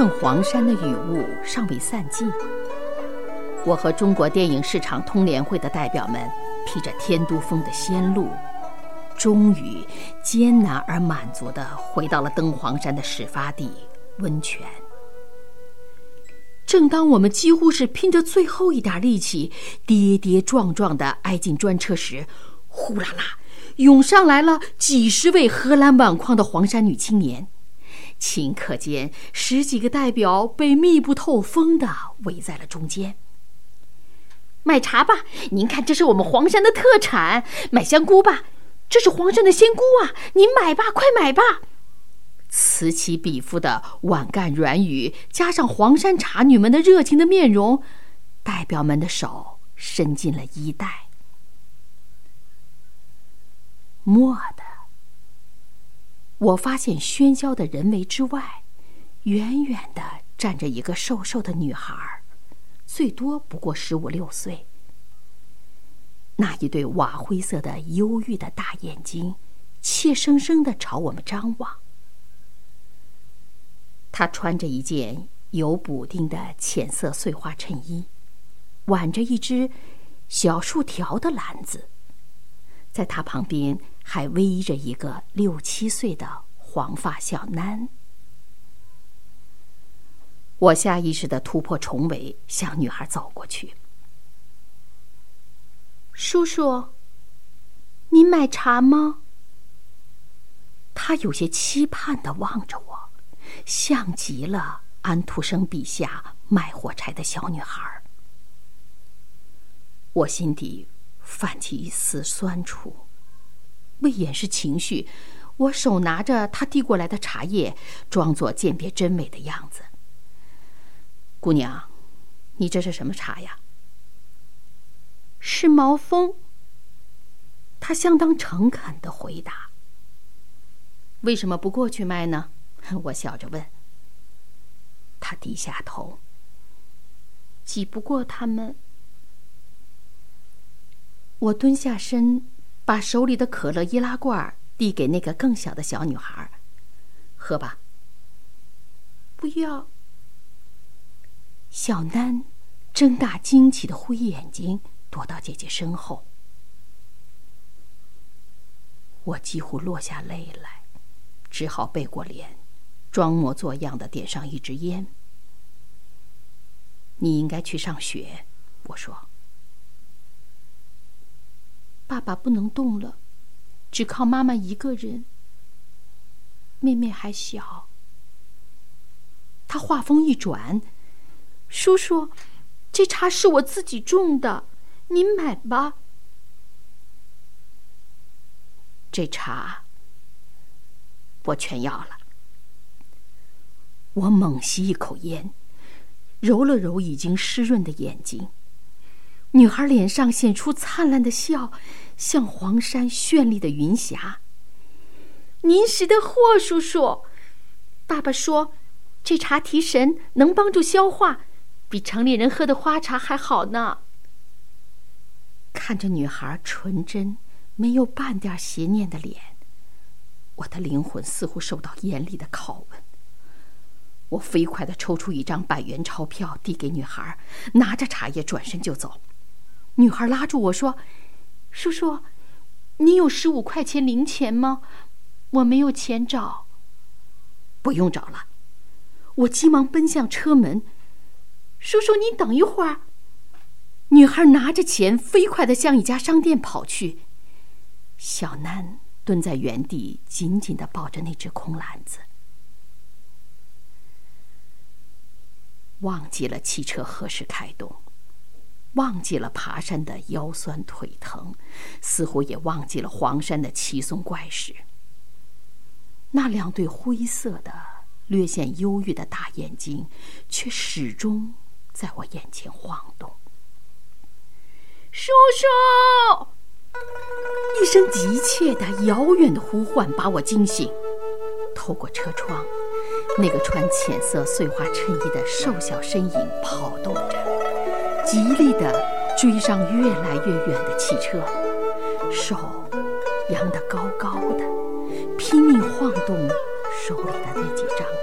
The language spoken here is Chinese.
趁黄山的雨雾尚未散尽，我和中国电影市场通联会的代表们披着天都峰的仙路，终于艰难而满足地回到了登黄山的始发地温泉。正当我们几乎是拼着最后一点力气跌跌撞撞地挨进专车时，呼啦啦涌上来了几十位荷兰碗矿的黄山女青年，顷刻间10几个代表被密不透风地围在了中间。买茶吧，您看这是我们黄山的特产；买香菇吧，这是黄山的仙菇啊，您买吧，快买吧。此起彼伏的碗干软语，加上黄山茶女们的热情的面容，代表们的手伸进了衣袋。蓦地，我发现喧嚣的人围之外，远远地站着一个瘦瘦的女孩，最多不过15、16岁。那一对瓦灰色的忧郁的大眼睛，怯生生地朝我们张望。她穿着一件有补丁的浅色碎花衬衣，挽着一只小竖条的篮子，在她旁边还偎依着一个6、7岁的黄发小囡。我下意识地突破重围，向女孩走过去。叔叔，您买茶吗？她有些期盼地望着我，像极了安徒生笔下卖火柴的小女孩。我心底泛起一丝酸楚，为掩饰情绪，我手拿着她递过来的茶叶，装作鉴别真伪的样子。姑娘，你这是什么茶呀？是毛峰。她相当诚恳地回答。为什么不过去卖呢？我笑着问。她低下头。挤不过他们。我蹲下身，把手里的可乐易拉罐递给那个更小的小女孩。喝吧。不要。小囡睁大惊奇的灰眼睛，躲到姐姐身后。我几乎落下泪来，只好背过脸，装模作样的点上一支烟。你应该去上学，我说。爸爸不能动了，只靠妈妈一个人。妹妹还小。他话锋一转，叔叔，这茶是我自己种的，您买吧。这茶我全要了。我猛吸一口烟，揉了揉已经湿润的眼睛。女孩脸上显出灿烂的笑，像黄山绚丽的云霞。您识得货，叔叔。爸爸说这茶提神，能帮助消化，比城里人喝的花茶还好呢。看着女孩纯真没有半点邪念的脸，我的灵魂似乎受到严厉的拷问。我飞快地抽出一张100元钞票递给女孩，拿着茶叶转身就走。女孩拉住我说，叔叔，你有15块钱零钱吗？我没有钱找。不用找了。我急忙奔向车门。叔叔，你等一会儿。女孩拿着钱飞快地向一家商店跑去。小囡蹲在原地，紧紧地抱着那只空篮子。忘记了汽车何时开动，忘记了爬山的腰酸腿疼，似乎也忘记了黄山的奇松怪事。那2对灰色的略显忧郁的大眼睛却始终在我眼前晃动。叔叔！一声急切的遥远的呼唤把我惊醒。透过车窗，那个穿浅色碎花衬衣的瘦小身影跑动着，极力地追上越来越远的汽车，手扬得高高的，拼命晃动手里的那几张